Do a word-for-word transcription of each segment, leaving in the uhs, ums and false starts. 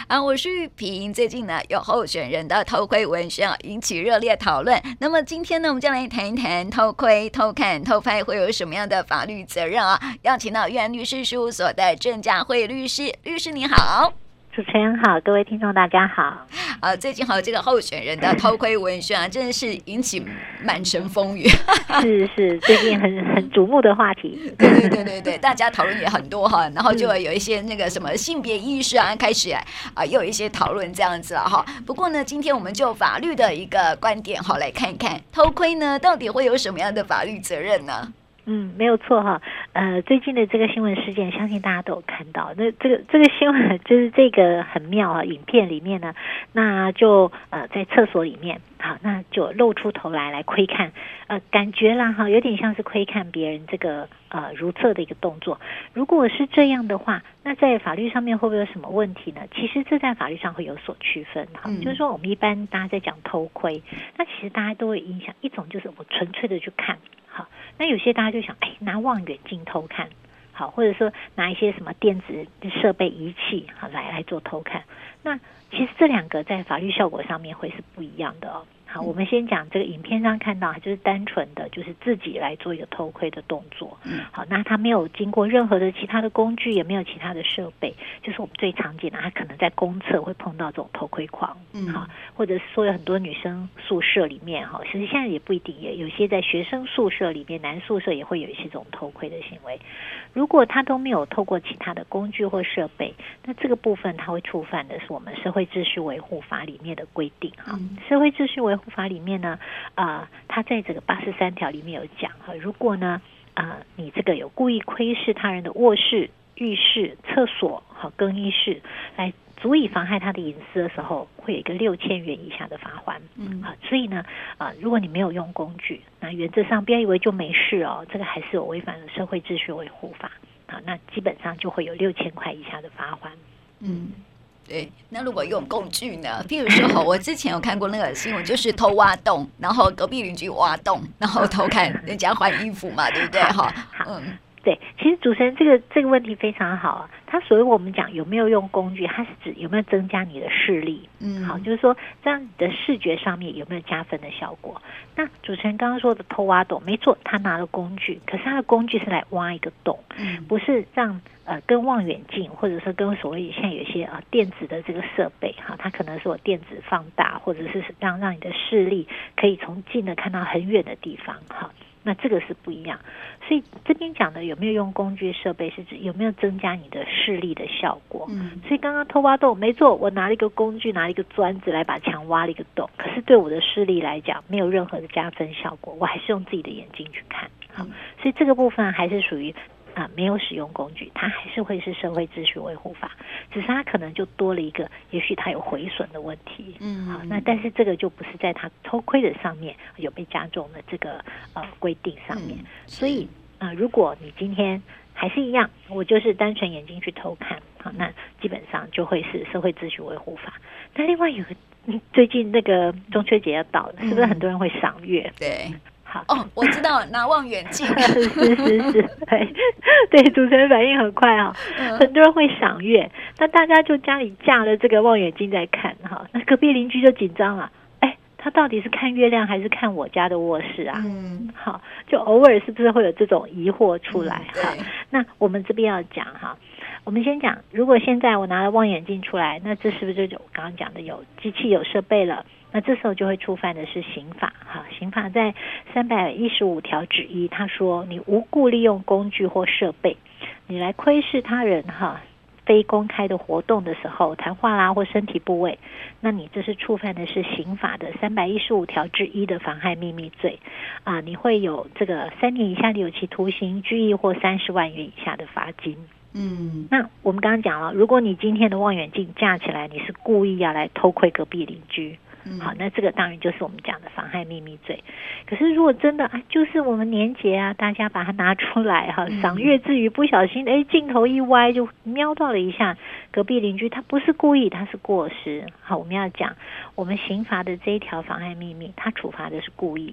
啊，我是玉萍。最近呢，有候选人的偷窥文宣啊，引起热烈讨论。那么今天呢，我们就来谈一谈偷窥、偷看、偷拍会有什么样的法律责任啊？邀请到元律师事务所的郑佳慧律师，律师你好。 主持人好，各位听众大家好。 啊，最近好这个候选人的偷窥文宣啊，真的是引起满城风雨。 是是，最近很很瞩目的话题。 对对对对对，大家讨论也很多哈，然后就有一些那个什么性别意识啊，开始啊又有一些讨论这样子了哈。不过呢，今天我们就法律的一个观点哈，来看看偷窥呢到底会有什么样的法律责任呢？ 嗯，没有错哈。呃，最近的这个新闻事件，相信大家都有看到。那这个这个新闻就是这个很妙啊，影片里面呢，那就呃在厕所里面，好，那就露出头来来窥看，呃，感觉啦哈，有点像是窥看别人这个呃如厕的一个动作。如果是这样的话，那在法律上面会不会有什么问题呢？其实这在法律上会有所区分哈、嗯，就是说我们一般大家在讲偷窥，那其实大家都会影响一种就是我纯粹的去看。好，那有些大家就想，哎，拿望远镜偷看，好，或者说拿一些什么电子设备仪器，好来来做偷看。那其实这两个在法律效果上面会是不一样的哦。好，我们先讲这个影片上看到，就是单纯的就是自己来做一个偷窥的动作。好，那他没有经过任何的其他的工具，也没有其他的设备，就是我们最常见的，他可能在公厕会碰到这种偷窥狂。嗯，好，或者是说有很多女生宿舍里面，哈，其实现在也不一定，也有些在学生宿舍里面，男宿舍也会有一些这种偷窥的行为。如果他都没有透过其他的工具或设备，那这个部分他会触犯的是我们社会秩序维护法里面的规定哈。嗯、社会秩序维护法里面呢，啊、呃，他在这个八十三条里面有讲哈，如果呢，啊、呃，你这个有故意窥视他人的卧室、浴室、厕所、好更衣室，来足以妨害他的隐私的时候，会有一个六千元以下的罚锾。嗯，好，所以呢，啊、呃，如果你没有用工具，那原则上不要以为就没事哦，这个还是有违反了社会秩序维护法。好，那基本上就会有六千块以下的罚锾。 嗯。对，那如果用工具呢？譬如说，我之前有看过那个新闻，就是偷挖洞，然后隔壁邻居挖洞，然后偷看人家换衣服嘛，对不对？哈， 嗯，对，其实主持人这个这个问题非常好啊。他所谓我们讲有没有用工具，它是指有没有增加你的视力。嗯，好，就是说这样你的视觉上面有没有加分的效果。那主持人刚刚说的偷挖洞，没错，他拿了工具，可是他的工具是来挖一个洞，嗯、不是让呃跟望远镜或者是跟所谓现在有些啊、呃、电子的这个设备哈，它可能是有电子放大，或者是让让你的视力可以从近的看到很远的地方哈。那这个是不一样，所以这边讲的有没有用工具设备，是指有没有增加你的视力的效果。嗯，所以刚刚偷挖洞，没错，我拿了一个工具，拿了一个砖子来把墙挖了一个洞，可是对我的视力来讲，没有任何的加分效果，我还是用自己的眼睛去看。好，所以这个部分还是属于啊、呃、没有使用工具，它还是会是社会秩序维护法，只是它可能就多了一个，也许它有毁损的问题。嗯，好，那但是这个就不是在它偷窥的上面有被加重的这个呃规定上面，嗯、所以啊、呃，如果你今天还是一样，我就是单纯眼睛去偷看，好，那基本上就会是社会秩序维护法。那另外有个最近那个中秋节要到了，是不是很多人会赏月？ 对。好哦，我知道拿望远镜， 是是是，对对，主持人反应很快哈、哦，嗯、很多人会赏月，那大家就家里架了这个望远镜在看哈，那隔壁邻居就紧张了，哎，他到底是看月亮还是看我家的卧室啊？嗯，好，就偶尔是不是会有这种疑惑出来哈、嗯？那我们这边要讲哈。我们先讲，如果现在我拿了望远镜出来，那这是不是就我刚刚讲的有机器有设备了？那这时候就会触犯的是刑法哈，刑法在三百一十五条之一，他说你无故利用工具或设备，你来窥视他人哈非公开的活动的时候，谈话啦或身体部位，那你这是触犯的是刑法的三百一十五条之一的妨害秘密罪啊，你会有这个三年以下的有期徒刑、拘役或三十万元以下的罚金。嗯，那我们刚刚讲了，如果你今天的望远镜架起来，你是故意要来偷窥隔壁邻居，嗯、好，那这个当然就是我们讲的妨害秘密罪。可是如果真的啊，就是我们年节啊，大家把它拿出来哈，赏月之余不小心，哎，镜头一歪就瞄到了一下隔壁邻居，他不是故意，他是过失。好，我们要讲我们刑罚的这一条妨害秘密，它处罚的是故意。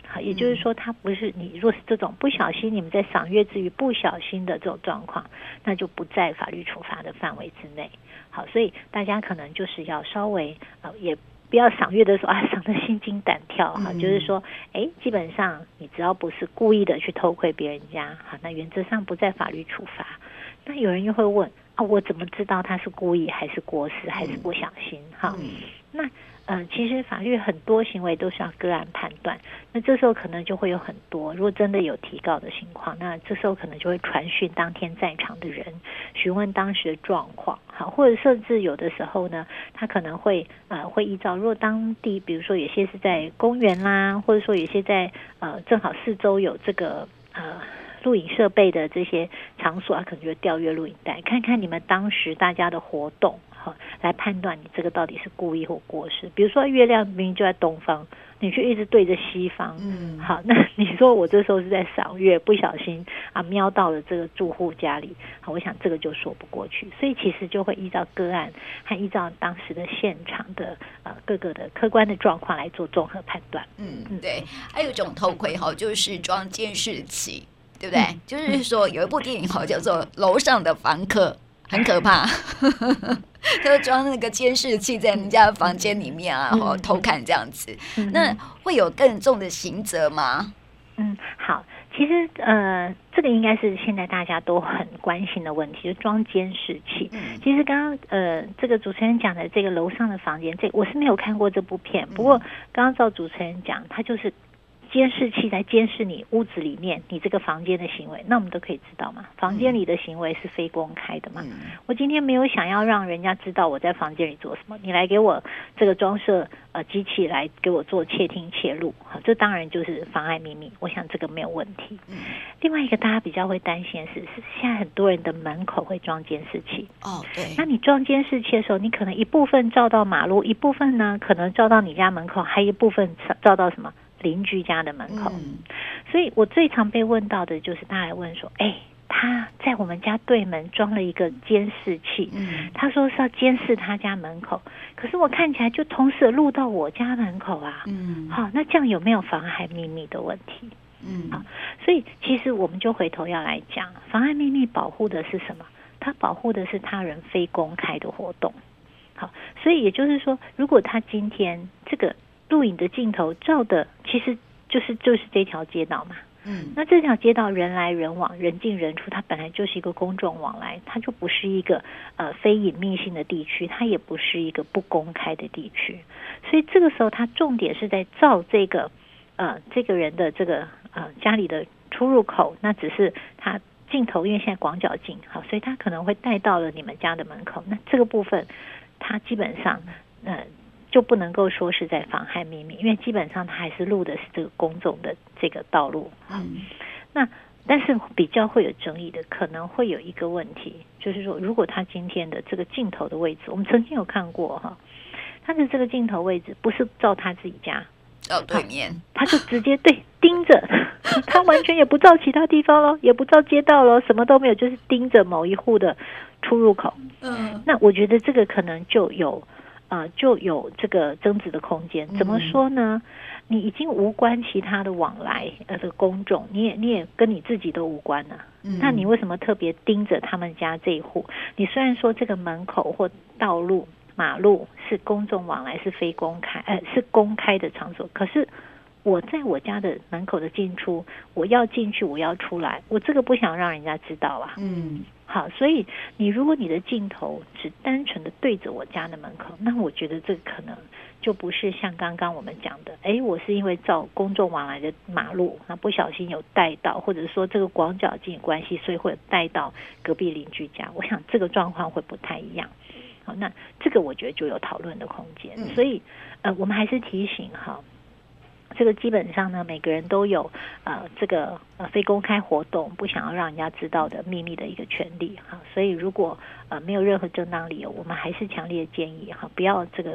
好，也就是说，它不是你若是这种不小心，你们在赏月之余不小心的这种状况，那就不在法律处罚的范围之内。好，所以大家可能就是要稍微呃，也不要赏月的时候啊，赏得心惊胆跳哈、嗯。就是说，哎，基本上你只要不是故意的去偷窥别人家，好，那原则上不在法律处罚。那有人又会问啊，我怎么知道他是故意还是过失还是不小心？哈、嗯，那。嗯、呃，其实法律很多行为都是要个案判断，那这时候可能就会有很多，如果真的有提告的情况，那这时候可能就会传讯当天在场的人，询问当时的状况，好，或者甚至有的时候呢，他可能会呃会依照，如果当地比如说有些是在公园啦，或者说有些在呃正好四周有这个呃。录影设备的这些场所，他可能就会调阅录影带，看看你们当时大家的活动，好，来判断你这个到底是故意或过失。比如说月亮明明就在东方，你却一直对着西方，嗯，好，那你说我这时候是在赏月，不小心啊瞄到了这个住户家里，好，我想这个就说不过去，所以其实就会依照个案和依照当时的现场的呃各个的客观的状况来做综合判断。 嗯，对，还有一种偷窥哈，就是装监视器。对不对？嗯、就是说有一部电影好叫做《楼上的房客》，很可怕，就装那个监视器在人家房间里面啊，然后偷看这样子。嗯、那会有更重的刑责吗？ 嗯，好，其实呃，这个应该是现在大家都很关心的问题，就装监视器。嗯、其实刚刚呃，这个主持人讲的这个楼上的房间，这我是没有看过这部片，不过刚刚照主持人讲，他就是监视器在监视你屋子里面你这个房间的行为，那我们都可以知道嘛，房间里的行为是非公开的嘛。嗯、我今天没有想要让人家知道我在房间里做什么，你来给我这个装设呃机器来给我做窃听窃录，好，这当然就是妨碍秘密，我想这个没有问题。嗯、另外一个大家比较会担心的是，是现在很多人的门口会装监视器。 哦，对。 那你装监视器的时候，你可能一部分照到马路，一部分呢可能照到你家门口，还有一部分照到什么？邻居家的门口。嗯、所以我最常被问到的就是大家问说，哎，他在我们家对门装了一个监视器，嗯、他说是要监视他家门口，可是我看起来就同时录到我家门口啊。嗯，好，那这样有没有妨害秘密的问题？嗯，好，所以其实我们就回头要来讲，妨碍秘密保护的是什么？它保护的是他人非公开的活动。好，所以也就是说，如果他今天这个录影的镜头照的其实就是就是这条街道嘛，嗯，那这条街道人来人往，人进人出，它本来就是一个公众往来，它就不是一个呃非隐秘性的地区，它也不是一个不公开的地区，所以这个时候它重点是在照这个呃这个人的这个呃家里的出入口，那只是他镜头因为现在广角镜，好，所以他可能会带到了你们家的门口，那这个部分它基本上呃就不能够说是在妨害秘密，因为基本上他还是录的是这个公众的这个道路。嗯，那但是比较会有争议的，可能会有一个问题，就是说，如果他今天的这个镜头的位置，我们曾经有看过哈，他的这个镜头位置不是照他自己家， 照对面， 他就直接对盯着，他完全也不照其他地方咯，也不照街道咯，什么都没有，就是盯着某一户的出入口。嗯，那我觉得这个可能就有。呃，就有这个争执的空间。怎么说呢？你已经无关其他的往来，呃，的公众，你也你也跟你自己都无关了、啊。嗯、那你为什么特别盯着他们家这一户？你虽然说这个门口或道路、马路是公众往来，是非公开，呃，是公开的场所，可是我在我家的门口的进出，我要进去，我要出来，我这个不想让人家知道啊。嗯。好，所以你如果你的镜头只单纯的对着我家的门口，那我觉得这个可能就不是像刚刚我们讲的，哎，我是因为照公众往来的马路，那不小心有带到，或者说这个广角镜关系，所以会有带到隔壁邻居家。我想这个状况会不太一样。好，那这个我觉得就有讨论的空间。嗯、所以呃，我们还是提醒哈。这个基本上呢，每个人都有呃这个呃非公开活动不想要让人家知道的秘密的一个权利哈，所以如果呃没有任何正当理由，我们还是强烈建议哈，不要这个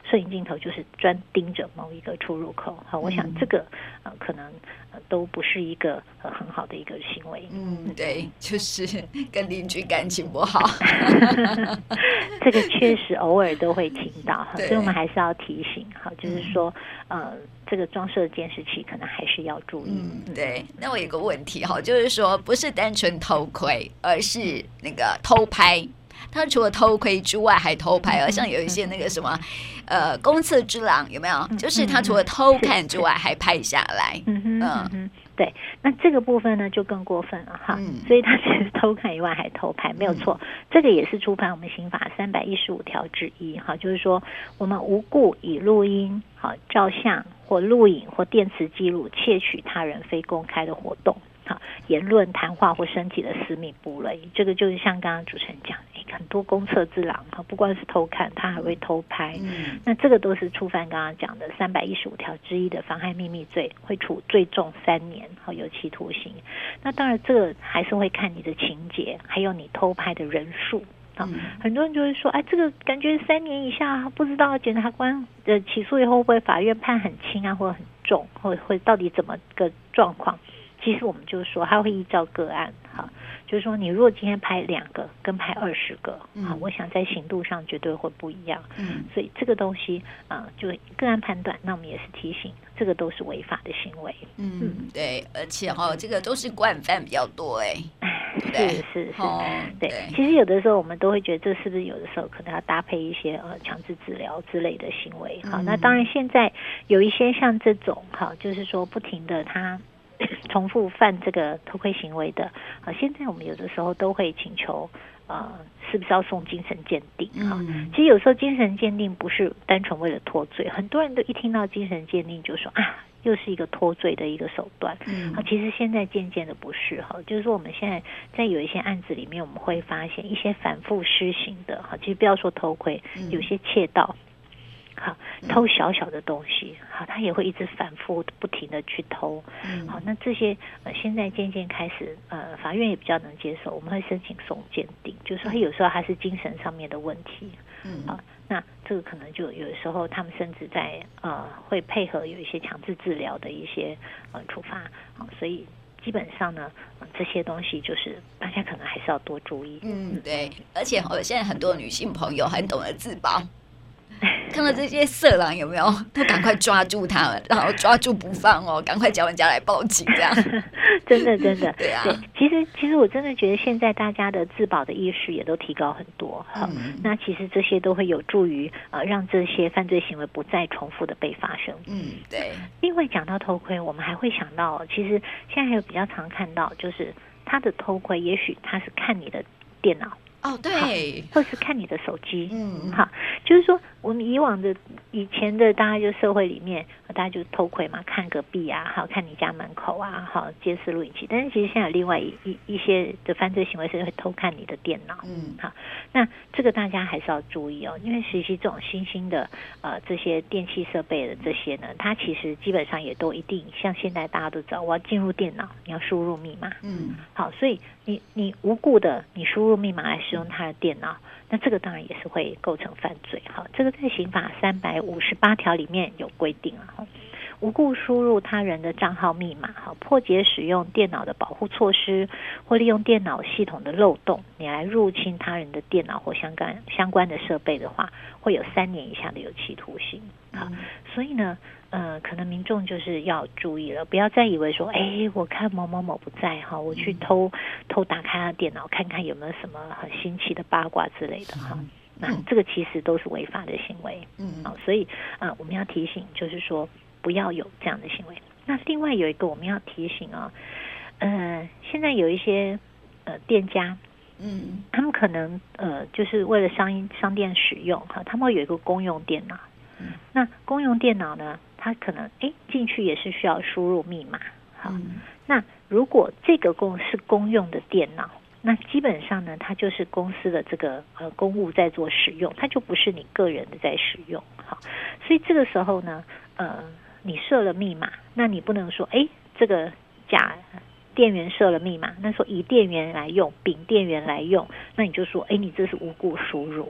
摄影镜头就是专盯着某一个出入口。好，我想这个呃可能、呃、都不是一个、呃、很好的一个行为。 嗯，对，就是跟邻居感情不好。 这个确实偶尔都会听到，所以我们还是要提醒，好，就是说呃这个装设监视器可能还是要注意。 嗯，对。那我有个问题哈，就是说不是单纯偷窥，而是那个偷拍。他除了偷窥之外还偷拍，而像有一些那个什么呃公厕之狼有没有，就是他除了偷看之外还拍下来。 嗯哼嗯哼，对，那这个部分呢就更过分了哈、嗯、所以他其实偷看以外还偷拍，没有错、嗯、这个也是触犯我们刑法三百一十五条之一哈，就是说我们无故以录音好照相或录影或电磁记录窃取他人非公开的活动，言论谈话或身体的私密部位，这个就是像刚刚主持人讲的，很多公厕之狼不光是偷看，他还会偷拍、嗯、那这个都是触犯刚刚讲的三百一十五条之一的妨害秘密罪，会处最重三年有期徒刑。那当然这个还是会看你的情节，还有你偷拍的人数。嗯、很多人就会说，哎，这个感觉三年以下，不知道检察官的起诉以后会不会法院判很轻啊，或者很重，或者会到底怎么个状况？其实我们就是说，他会依照个案，哈，就是说，你如果今天拍两个跟拍二十个，啊、嗯，我想在刑度上绝对会不一样。嗯，所以这个东西啊、呃，就个案判断，那我们也是提醒，这个都是违法的行为。 嗯，嗯对，而且哈、哦，这个都是惯犯比较多哎。 是是是、哦，对，其实有的时候我们都会觉得，这是不是有的时候可能要搭配一些呃强制治疗之类的行为？好、嗯，那当然现在有一些像这种哈，就是说不停的他。重复犯这个偷窥行为的，啊，现在我们有的时候都会请求，呃，是不是要送精神鉴定啊、嗯？其实有时候精神鉴定不是单纯为了脱罪，很多人都一听到精神鉴定就说啊，又是一个脱罪的一个手段。嗯，啊，其实现在渐渐的不是哈，就是说我们现在在有一些案子里面，我们会发现一些反复施行的哈，其实不要说偷窥，有些窃盗。好，偷小小的东西，好，他也会一直反复不停的去偷。嗯、好，那这些呃，现在渐渐开始，呃，法院也比较能接受，我们会申请送鉴定，就是说他有时候他是精神上面的问题。嗯，好，那这个可能就有的时候他们甚至在呃会配合有一些强制治疗的一些呃处罚。好，所以基本上呢、呃，这些东西就是大家可能还是要多注意。 嗯，对，而且我现在很多女性朋友很懂得自保。看到这些色狼有没有，都赶快抓住他们，然后抓住不放哦，赶快叫人家来报警，这样。 真的真的， 对啊。 对，其实其实我真的觉得现在大家的自保的意识也都提高很多，好、嗯，那其实这些都会有助于呃让这些犯罪行为不再重复的被发生。 嗯，对。另外讲到偷窥，我们还会想到，其实现在还有比较常看到，就是他的偷窥，也许他是看你的电脑。 哦，对， 或是看你的手机， 嗯， 好，就是说我们以往的以前的大家就社会里面，大家就偷窥嘛，看隔壁啊，好，看你家门口啊，好，监视录影器。但是其实现在有另外一一一些的犯罪行为是会偷看你的电脑，嗯，好，那这个大家还是要注意哦，因为实际这种新兴的呃这些电器设备的这些呢，它其实基本上也都一定像现在大家都知道，我要进入电脑，你要输入密码，嗯，好，所以你你无故的你输入密码来使用他的电脑，那这个当然也是会构成犯罪。好，这个在刑法三百五十八条里面有规定啊，无故输入他人的账号密码，好，破解使用电脑的保护措施，或利用电脑系统的漏洞，你来入侵他人的电脑或相关相关的设备的话，会有三年以下的有期徒刑。好，嗯、所以呢。呃，可能民众就是要注意了，不要再以为说，哎，我看某某某不在哈，我去偷偷打开他电脑，看看有没有什么很新奇的八卦之类的哈。那这个其实都是违法的行为，嗯，好，所以呃，我们要提醒，就是说不要有这样的行为。那另外有一个我们要提醒啊，呃，现在有一些呃店家，嗯，他们可能呃就是为了商商店使用哈，他们会有一个公用电脑。那公用电脑呢，它可能哎进去也是需要输入密码。好，嗯、那如果这个公是公用的电脑，那基本上呢，它就是公司的这个呃公务在做使用，它就不是你个人的在使用。好，所以这个时候呢，呃，你设了密码，那你不能说哎这个假店员设了密码，那说以店员来用，丙店员来用，那你就说哎你这是无故输入。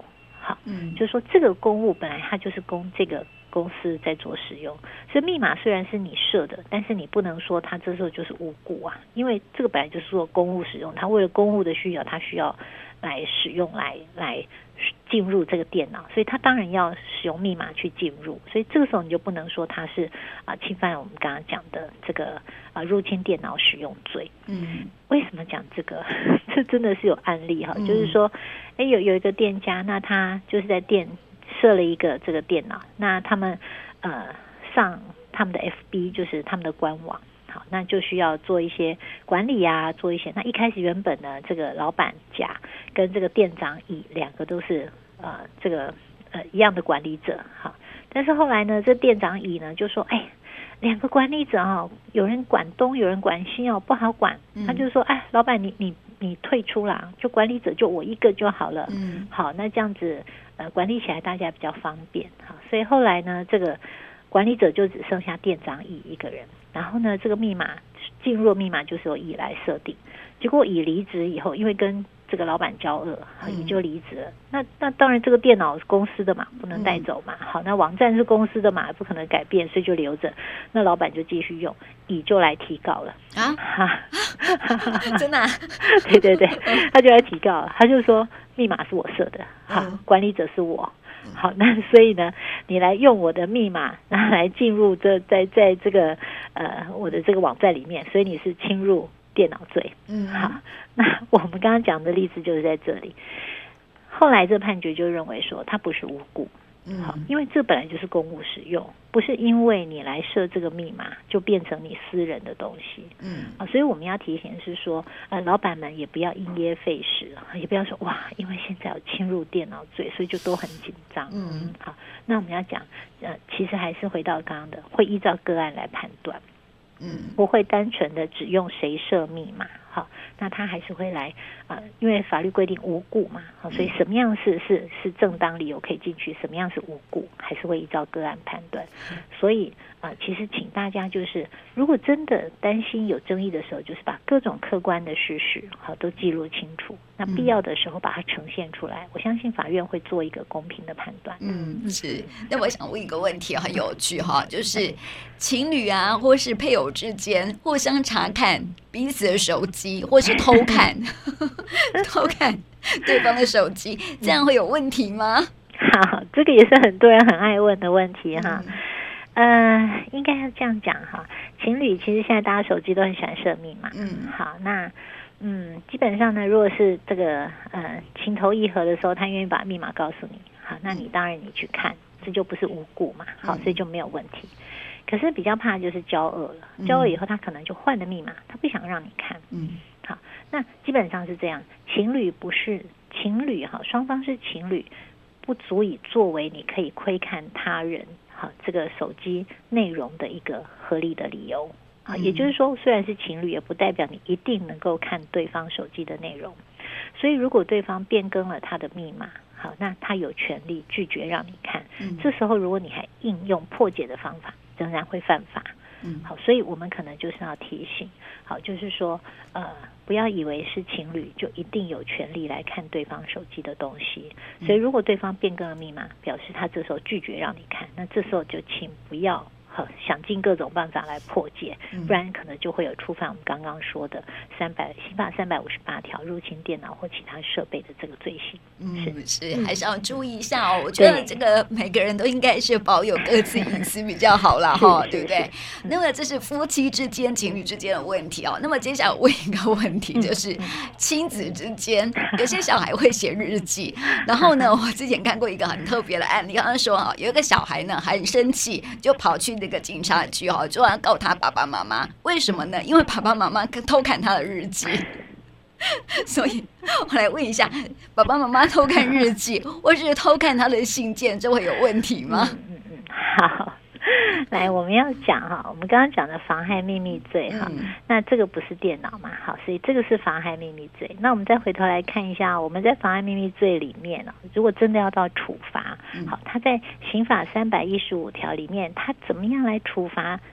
好， 嗯， 就是说这个公务本来它就是供这个公司在做使用，所以密码虽然是你设的，但是你不能说它这时候就是无故啊，因为这个本来就是做公务使用，它为了公务的需要，它需要来使用来来进入这个电脑，所以它当然要使用密码去进入，所以这个时候你就不能说它是啊、呃、侵犯我们刚刚讲的这个啊、呃、入侵电脑使用罪。 嗯， 为什么讲这个？这真的是有案例哈， 嗯、 就是说，哎，有有一个店家，那他就是在店设了一个这个电脑，那他们呃上他们的 F B 就是他们的官网。好，那就需要做一些管理啊，做一些。那一开始原本呢，这个老板甲跟这个店长乙两个都是呃这个呃一样的管理者，好，但是后来呢，这店长乙呢就说，哎，两个管理者哦，有人管东，有人管西哦，不好管。 嗯、 他就说，哎，老板你你你退出啦，就管理者就我一个就好了。 嗯， 好，那这样子呃管理起来大家比较方便。好，所以后来呢，这个管理者就只剩下店长乙一个人。然后呢，这个密码进入密码就是由乙来设定。结果乙离职以后，因为跟这个老板交恶，乙就离职了。嗯、那那当然，这个电脑是公司的嘛，不能带走嘛。嗯、好，那网站是公司的嘛，不可能改变，所以就留着。那老板就继续用，乙就来提告了啊！哈真的、啊？ 对对对，他就来提告了。他就说密码是我设的，好，嗯、管理者是我。好，那所以呢，你来用我的密码，然后来进入这在在这个呃我的这个网站里面，所以你是侵入电脑罪。嗯，好，那我们刚刚讲的例子就是在这里。后来这判决就认为说，他不是无故。嗯，好，因为这本来就是公务使用，不是因为你来设这个密码就变成你私人的东西。嗯，啊，所以我们要提醒是说，呃，老板们也不要因噎废食，也不要说哇，因为现在有侵入电脑罪，所以就都很紧张。嗯，好，那我们要讲，呃，其实还是回到刚刚的，会依照个案来判断。嗯，不会单纯的只用谁设密码。好，那他还是会来啊、呃，因为法律规定无故嘛，好，所以什么样是是是正当理由可以进去，什么样是无故，还是会依照个案判断。所以啊、呃，其实请大家就是，如果真的担心有争议的时候，就是把各种客观的事实好都记录清楚，那必要的时候把它呈现出来，我相信法院会做一个公平的判断。 嗯，是。那我想问一个问题很有趣哈，就是情侣啊，或是配偶之间互相查看彼此的手机，或是偷看偷看对方的手机，这样会有问题吗？ 好，这个也是很多人很爱问的问题哈。嗯、呃，应该要这样讲哈。情侣其实现在大家手机都很喜欢设密码。嗯，好，那嗯，基本上呢，如果是这个呃情投意合的时候，他愿意把密码告诉你，好，那你当然你去看，这就不是无故嘛，好，所以就没有问题。可是比较怕就是交恶了，交恶以后他可能就换了密码，他不想让你看。嗯，好，那基本上是这样，情侣不是情侣哈，双方是情侣，不足以作为你可以窥看他人好这个手机内容的一个合理的理由。啊，也就是说，虽然是情侣，也不代表你一定能够看对方手机的内容。所以，如果对方变更了他的密码，好，那他有权利拒绝让你看。嗯，这时候，如果你还应用破解的方法，仍然会犯法。嗯，好，所以我们可能就是要提醒，好，就是说，呃，不要以为是情侣就一定有权利来看对方手机的东西。所以，如果对方变更了密码，表示他这时候拒绝让你看，那这时候就请不要想尽各种办法来破解，不然可能就会有触犯我们刚刚说的三百刑法三百五十八条入侵电脑或其他设备的这个罪行。 嗯，是是，还是要注意一下哦。我觉得这个每个人都应该是保有各自隐私比较好啦，哈，对不对？那么这是夫妻之间、情侣之间的问题哦。那么接下来问一个问题，就是亲子之间，有些小孩会写日记，然后呢，我之前看过一个很特别的案例，刚刚说哈，有一个小孩呢很生气，就跑去那个警察局哈，就要告他爸爸妈妈。为什么呢？因为爸爸妈妈偷看他的日记。所以我来问一下，爸爸妈妈偷看日记或是偷看他的信件，这会有问题吗？ 嗯嗯嗯，好。来，我们要讲哈，我们刚刚讲的妨害秘密罪哈、嗯，那这个不是电脑嘛，好，所以这个是妨害秘密罪。那我们再回头来看一下，我们在妨害秘密罪里面呢，如果真的要到处罚，好，他在刑法三百一十五条里面，他怎么样来处罚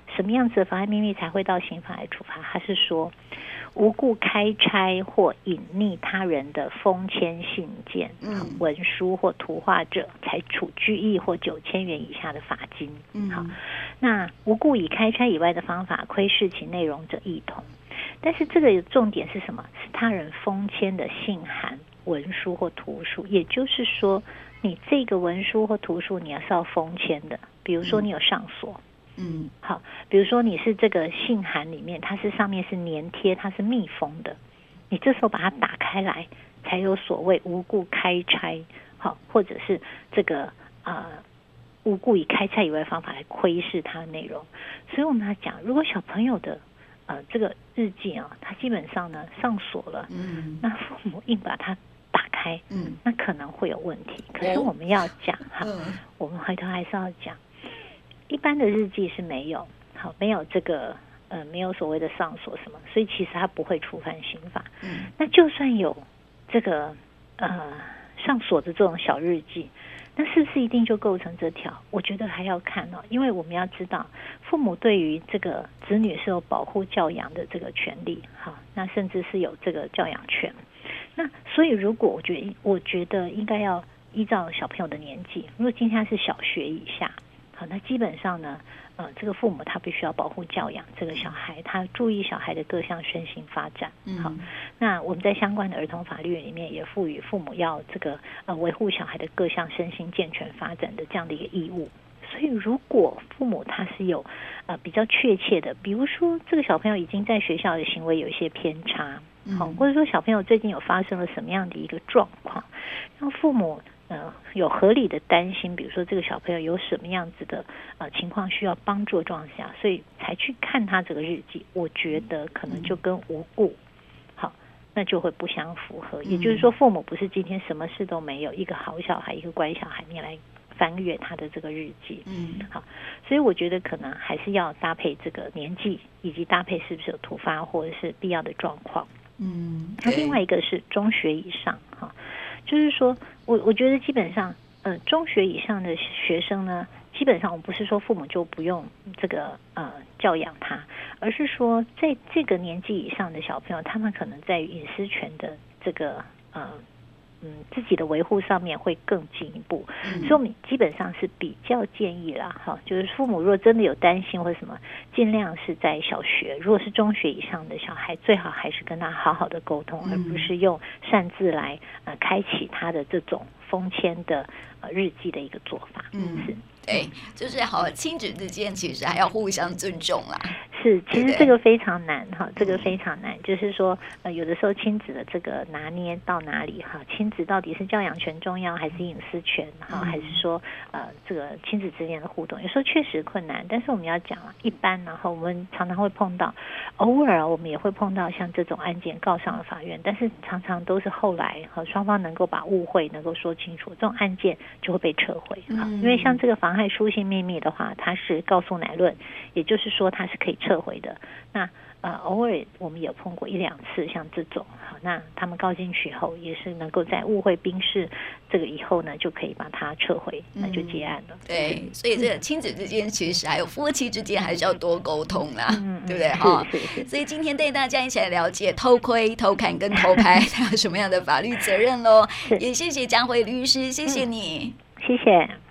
什么样子的妨碍秘密才会到刑法来处罚？他是说，无故开拆或隐匿他人的封签信件、嗯、文书或图画者，才处拘役或九千元以下的罚金。嗯，好，那无故以开拆以外的方法窥视其内容者亦同。但是这个重点是什么？是他人封签的信函、文书或图书，也就是说，你这个文书或图书你要是要封签的，比如说你有上锁。嗯，好，比如说你是这个信函里面，它是上面是粘贴，它是密封的，你这时候把它打开来，才有所谓无故开拆，好，或者是这个呃无故以开拆以外的方法来窥视它的内容。所以我们要讲，如果小朋友的呃这个日记啊，它基本上呢上锁了，嗯，那父母硬把它打开，嗯，那可能会有问题。可是我们要讲哈，嗯，我们回头还是要讲。一般的日记是没有，好，没有这个呃，没有所谓的上锁什么，所以其实它不会触犯刑法。嗯，那就算有这个呃上锁的这种小日记，那是不是一定就构成这条？我觉得还要看哦，因为我们要知道，父母对于这个子女是有保护教养的这个权利，好，那甚至是有这个教养权。那所以，如果我觉得，我觉得应该要依照小朋友的年纪，如果今天是小学以下。好，那基本上呢，呃，这个父母他必须要保护教养这个小孩，他注意小孩的各项身心发展。好，那我们在相关的儿童法律里面也赋予父母要这个呃维护小孩的各项身心健全发展的这样的一个义务。所以，如果父母他是有呃比较确切的，比如说这个小朋友已经在学校的行为有一些偏差，好，或者说小朋友最近有发生了什么样的一个状况，让父母。呃，有合理的担心，比如说这个小朋友有什么样子的呃情况需要帮助状况下，所以才去看他这个日记，我觉得可能就跟无故，好，那就会不相符合。也就是说，父母不是今天什么事都没有，一个好小孩，一个乖小孩，你来翻阅他的这个日记，嗯，好，所以我觉得可能还是要搭配这个年纪，以及搭配是不是有突发或者是必要的状况，嗯，那另外一个是中学以上，哈。就是说，我我觉得基本上，呃，中学以上的学生呢，基本上我不是说父母就不用这个呃教养他，而是说在这个年纪以上的小朋友，他们可能在于隐私权的这个呃嗯自己的维护上面会更进一步，嗯、所以我们基本上是比较建议啦，哈，就是父母如果真的有担心或什么，尽量是在小学，如果是中学以上的小孩，最好还是跟他好好的沟通，嗯、而不是用擅自来呃开启他的这种封签的呃日记的一个做法，嗯，是。 对，就是好，亲子之间其实还要互相尊重啦。 是，其实这个非常难哈，这个非常难，就是说，呃，有的时候亲子的这个拿捏到哪里哈？亲子到底是教养权重要，还是隐私权哈？还是说，呃，这个亲子之间的互动，有时候确实困难。但是我们要讲啊，一般然后我们常常会碰到，偶尔我们也会碰到像这种案件告上了法院，但是常常都是后来和双方能够把误会能够说清楚，这种案件就会被撤回哈。因为像这个妨害书信秘密的话，它是告诉乃论，也就是说它是可以撤回的。那呃，偶尔我们有碰过一两次像这种，好，那他们告进去后，也是能够在误会冰释这个以后呢，就可以把它撤回，那就结案了。 嗯、对，所以这个亲子之间其实还有夫妻之间还是要多沟通啦，嗯、对不对？哈， 是是是。 所以今天带大家一起来了解偷窥、偷看跟偷拍它有什么样的法律责任喽。也谢谢江蕙律师，谢谢你， 嗯、谢谢。